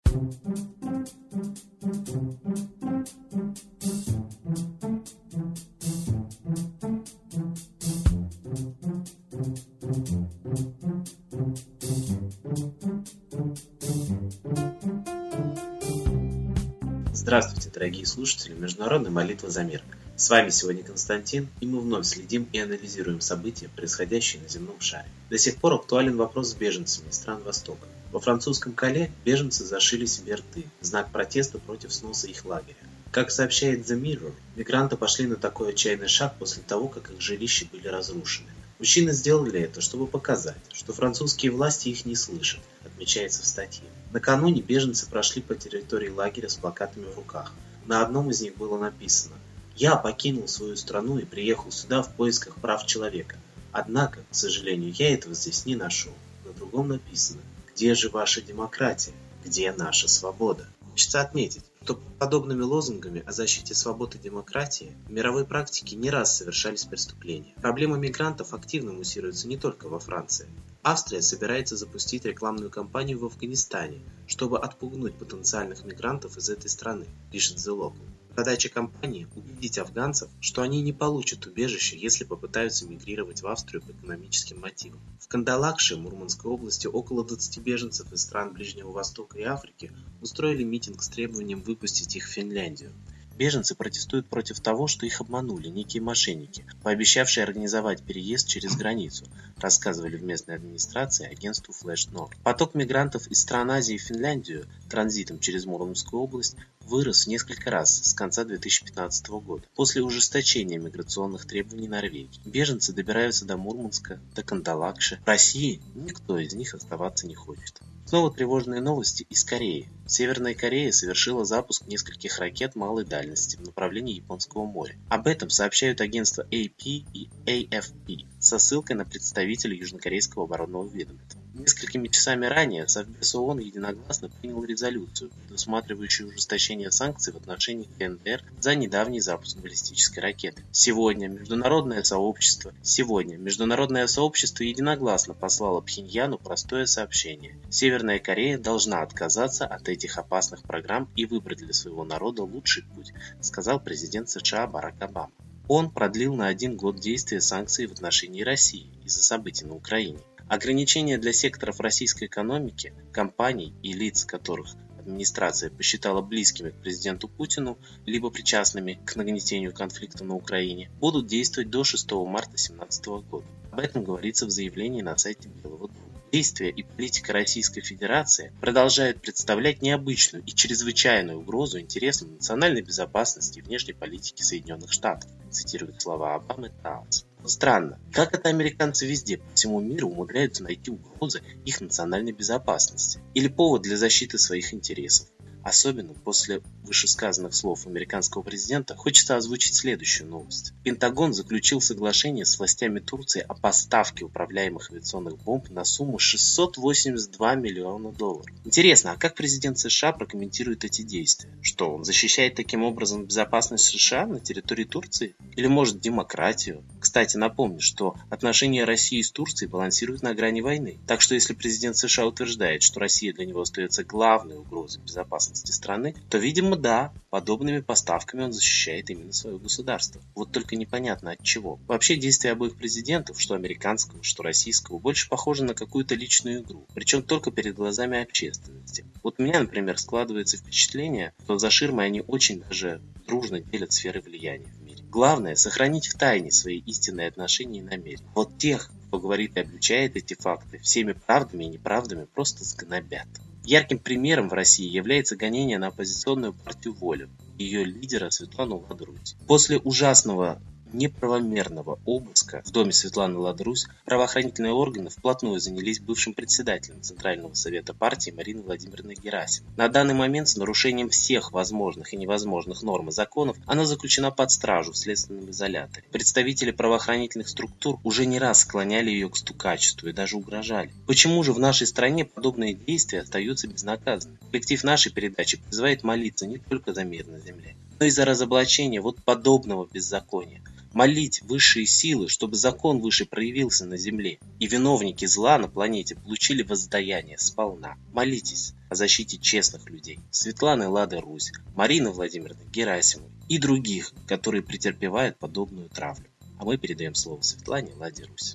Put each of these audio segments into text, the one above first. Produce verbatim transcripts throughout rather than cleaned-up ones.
Здравствуйте, дорогие слушатели Международной молитвы за мир. С вами сегодня Константин, и мы вновь следим и анализируем события, происходящие на земном шаре. До сих пор актуален вопрос с беженцами из стран Востока. Во французском Кале беженцы зашили себе рты в знак протеста против сноса их лагеря. Как сообщает The Mirror, мигранты пошли на такой отчаянный шаг после того, как их жилища были разрушены. Мужчины сделали это, чтобы показать, что французские власти их не слышат, отмечается в статье. Накануне беженцы прошли по территории лагеря с плакатами в руках. На одном из них было написано: «Я покинул свою страну и приехал сюда в поисках прав человека. Однако, к сожалению, я этого здесь не нашел». На другом написано: «Где же ваша демократия? Где наша свобода?» Хочется отметить, что под подобными лозунгами о защите свободы и демократии в мировой практике не раз совершались преступления. Проблема мигрантов активно муссируется не только во Франции. Австрия собирается запустить рекламную кампанию в Афганистане, чтобы отпугнуть потенциальных мигрантов из этой страны, пишет The Local. Задача кампании – убедить афганцев, что они не получат убежище, если попытаются мигрировать в Австрию по экономическим мотивам. В Кандалакше, Мурманской области, около двадцати беженцев из стран Ближнего Востока и Африки устроили митинг с требованием выпустить их в Финляндию. Беженцы протестуют против того, что их обманули некие мошенники, пообещавшие организовать переезд через границу, рассказывали в местной администрации агентству Flash North. Поток мигрантов из стран Азии в Финляндию транзитом через Мурманскую область вырос в несколько раз с конца две тысячи пятнадцатого года, после ужесточения миграционных требований Норвегии. Беженцы добираются до Мурманска, до Кандалакши. В России никто из них оставаться не хочет. Снова тревожные новости из Кореи. Северная Корея совершила запуск нескольких ракет малой дальности в направлении Японского моря. Об этом сообщают агентства эй пи и эй эф пи со ссылкой на представителя Южнокорейского оборонного ведомства. Несколькими часами ранее Совбез ООН единогласно принял резолюцию, предусматривающую ужесточение санкций в отношении ка эн дэ эр за недавний запуск баллистической ракеты. Сегодня международное сообщество, сегодня международное сообщество единогласно послало Пхеньяну простое сообщение: Северная Корея должна отказаться от этих опасных программ и выбрать для своего народа лучший путь, сказал президент США Барак Обама. Он продлил на один год действие санкций в отношении России из-за событий на Украине. Ограничения для секторов российской экономики, компаний и лиц, которых администрация посчитала близкими к президенту Путину, либо причастными к нагнетению конфликта на Украине, будут действовать до шестого марта две тысячи семнадцатого года. Об этом говорится в заявлении на сайте Белого дома. Действия и политика Российской Федерации продолжают представлять необычную и чрезвычайную угрозу интересам национальной безопасности и внешней политики Соединенных Штатов, цитирует слова Обамы Таунс. Странно, как это американцы везде по всему миру умудряются найти угрозы их национальной безопасности или повод для защиты своих интересов. Особенно после вышесказанных слов американского президента хочется озвучить следующую новость. Пентагон заключил соглашение с властями Турции о поставке управляемых авиационных бомб на сумму шестьсот восемьдесят два миллиона долларов. Интересно, а как президент США прокомментирует эти действия? Что, он защищает таким образом безопасность США на территории Турции? Или, может, демократию? Кстати, напомню, что отношения России с Турцией балансируют на грани войны. Так что если президент США утверждает, что Россия для него остается главной угрозой безопасности страны, то, видимо, да, подобными поставками он защищает именно свое государство. Вот только непонятно от чего. Вообще действия обоих президентов, что американского, что российского, больше похожи на какую-то личную игру, причем только перед глазами общественности. Вот у меня, например, складывается впечатление, что за ширмой они очень даже дружно делят сферы влияния в мире. Главное — сохранить в тайне свои истинные отношения и намерения. Вот тех, кто говорит и обличает эти факты, всеми правдами и неправдами просто сгнобят. Ярким примером в России является гонение на оппозиционную партию «Воля», ее лидера Светлану Ладрусь. После ужасного неправомерного обыска в доме Светланы Ладрусь правоохранительные органы вплотную занялись бывшим председателем Центрального совета партии Мариной Владимировной Герасимовой. На данный момент с нарушением всех возможных и невозможных норм и законов она заключена под стражу в следственном изоляторе. Представители правоохранительных структур уже не раз склоняли ее к стукачеству и даже угрожали. Почему же в нашей стране подобные действия остаются безнаказанными? Коллектив нашей передачи призывает молиться не только за мир на земле, но и за разоблачение вот подобного беззакония. Молить высшие силы, чтобы закон выше проявился на земле, и виновники зла на планете получили воздаяние сполна. Молитесь, о защите честных людей, Светланы Лады Русь, Марины Владимировны Герасимовой и других, которые претерпевают подобную травлю. А мы передаем слово Светлане Ладе Русь.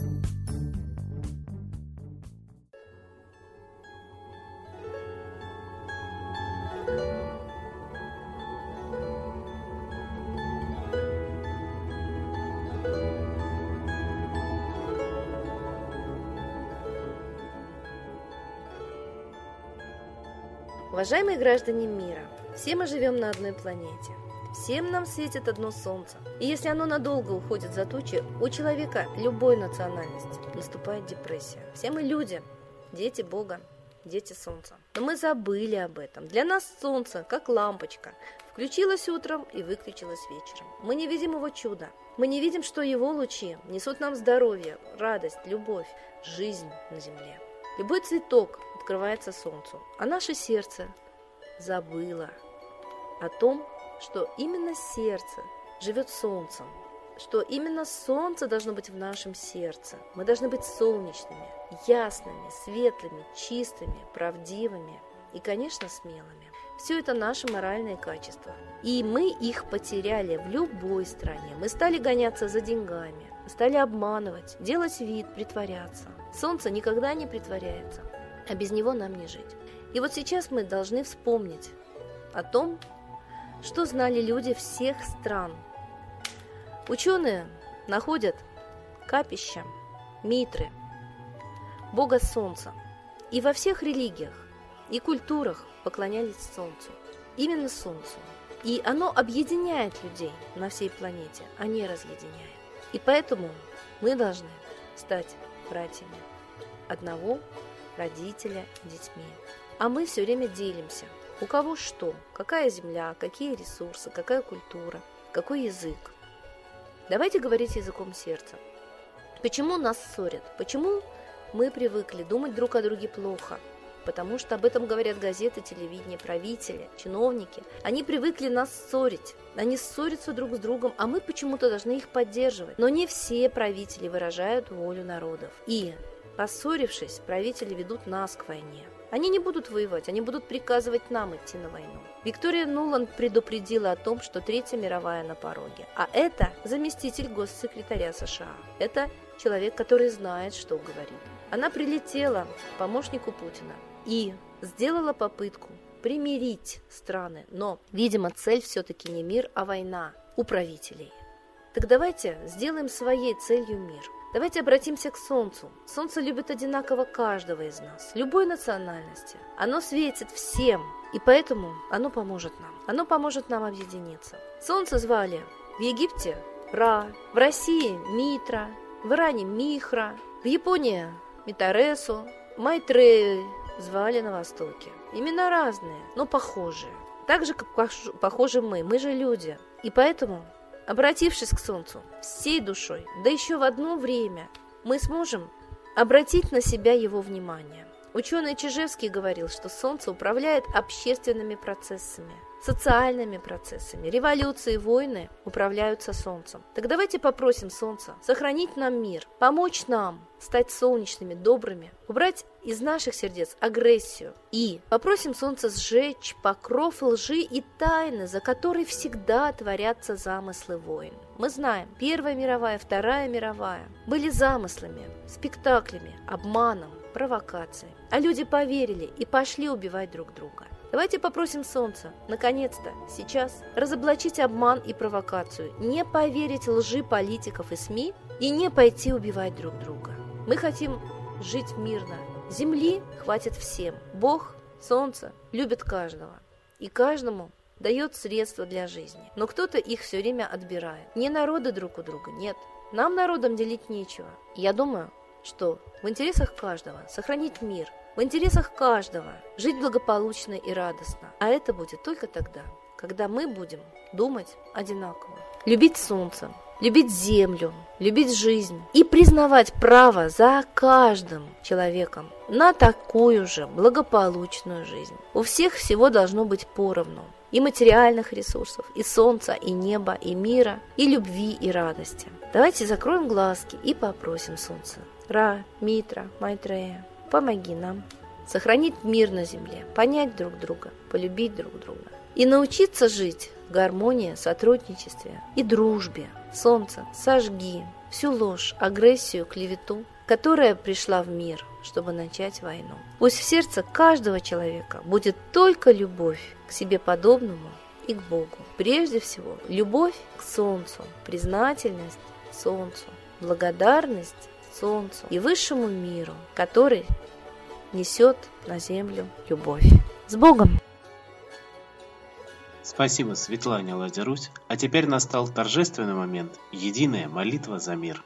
Уважаемые граждане мира, все мы живем на одной планете. Всем нам светит одно солнце. И если оно надолго уходит за тучи, у человека любой национальности наступает депрессия. Все мы люди, дети Бога, дети солнца. Но мы забыли об этом. Для нас солнце, как лампочка, включилось утром и выключилось вечером. Мы не видим его чуда. Мы не видим, что его лучи несут нам здоровье, радость, любовь, жизнь на земле. Любой цветок открывается солнцу, а наше сердце забыло о том, что именно сердце живет солнцем, что именно солнце должно быть в нашем сердце. Мы должны быть солнечными, ясными, светлыми, чистыми, правдивыми и, конечно, смелыми. Все это наши моральные качества. И мы их потеряли в любой стране. Мы стали гоняться за деньгами, стали обманывать, делать вид, притворяться. Солнце никогда не притворяется, а без него нам не жить. И вот сейчас мы должны вспомнить о том, что знали люди всех стран. Ученые находят капища Митры, бога солнца. И во всех религиях и культурах поклонялись солнцу. Именно солнцу. И оно объединяет людей на всей планете, а не разъединяет. И поэтому мы должны стать братьями одного родителя детьми. А мы все время делимся. У кого что, какая земля, какие ресурсы, какая культура, какой язык. Давайте говорить языком сердца. Почему нас ссорят? Почему мы привыкли думать друг о друге плохо? Потому что об этом говорят газеты, телевидение, правители, чиновники. Они привыкли нас ссорить. Они ссорятся друг с другом, а мы почему-то должны их поддерживать. Но не все правители выражают волю народов. И, поссорившись, правители ведут нас к войне. Они не будут воевать, они будут приказывать нам идти на войну. Виктория Нуланд предупредила о том, что Третья мировая на пороге. А это заместитель госсекретаря США. Это человек, который знает, что говорит. Она прилетела к помощнику Путина и сделала попытку примирить страны. Но, видимо, цель все-таки не мир, а война у правителей. Так давайте сделаем своей целью мир. Давайте обратимся к Солнцу. Солнце любит одинаково каждого из нас, любой национальности. Оно светит всем, и поэтому оно поможет нам. Оно поможет нам объединиться. Солнце звали в Египте Ра, в России Митра, в Иране Михра, в Японии Митаресу, Майтрею звали на Востоке. Имена разные, но похожие. Так же, как похожи мы, мы же люди. И поэтому, обратившись к Солнцу всей душой, да еще в одно время, мы сможем обратить на себя его внимание. Ученый Чижевский говорил, что Солнце управляет общественными процессами, социальными процессами. Революции, войны управляются Солнцем. Так давайте попросим Солнца сохранить нам мир, помочь нам стать солнечными, добрыми, убрать из наших сердец агрессию. И попросим Солнца сжечь покров лжи и тайны, за которой всегда творятся замыслы войн. Мы знаем, Первая мировая, Вторая мировая были замыслами, спектаклями, обманом, провокацией. А люди поверили и пошли убивать друг друга. Давайте попросим Солнца, наконец-то, сейчас, разоблачить обман и провокацию, не поверить лжи политиков и СМИ и не пойти убивать друг друга. Мы хотим жить мирно. Земли хватит всем. Бог, Солнце любит каждого. И каждому дает средства для жизни. Но кто-то их все время отбирает. Не народы друг у друга, нет. Нам, народам, делить нечего. Я думаю, что в интересах каждого сохранить мир, в интересах каждого жить благополучно и радостно. А это будет только тогда, когда мы будем думать одинаково. Любить солнце, любить землю, любить жизнь и признавать право за каждым человеком на такую же благополучную жизнь. У всех всего должно быть поровну. И материальных ресурсов, и солнца, и неба, и мира, и любви, и радости. Давайте закроем глазки и попросим Солнце. Ра, Митра, Майтрея, помоги нам сохранить мир на земле, понять друг друга, полюбить друг друга и научиться жить в гармонии, сотрудничестве и дружбе. Солнце, сожги всю ложь, агрессию, клевету, которая пришла в мир, чтобы начать войну. Пусть в сердце каждого человека будет только любовь к себе подобному и к Богу. Прежде всего, любовь к Солнцу, признательность Солнцу, благодарность Солнцу и высшему миру, который несет на землю любовь. С Богом! Спасибо Светлане Ладе-Русь. А теперь настал торжественный момент – единая молитва за мир.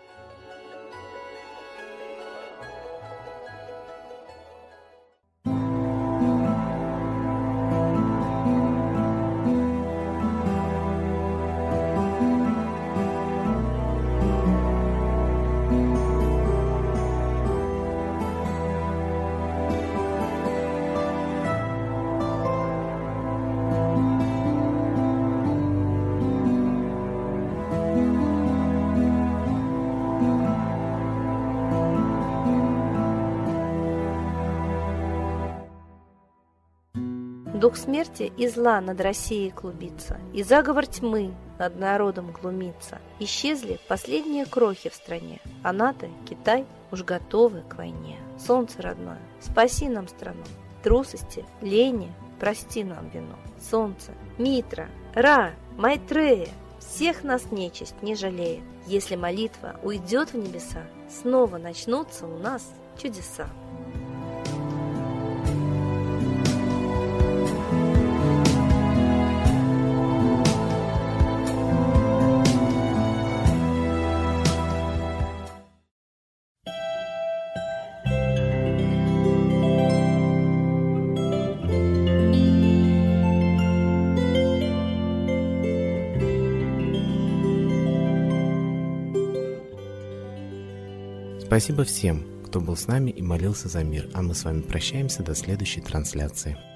Дух смерти и зла над Россией клубится, и заговор тьмы над народом глумится. Исчезли последние крохи в стране, а НАТО, Китай уж готовы к войне. Солнце родное, спаси нам страну, трусости, лени, прости нам вину. Солнце, Митра, Ра, Майтрея, всех нас нечисть не жалеет. Если молитва уйдет в небеса, снова начнутся у нас чудеса. Спасибо всем, кто был с нами и молился за мир, а мы с вами прощаемся до следующей трансляции.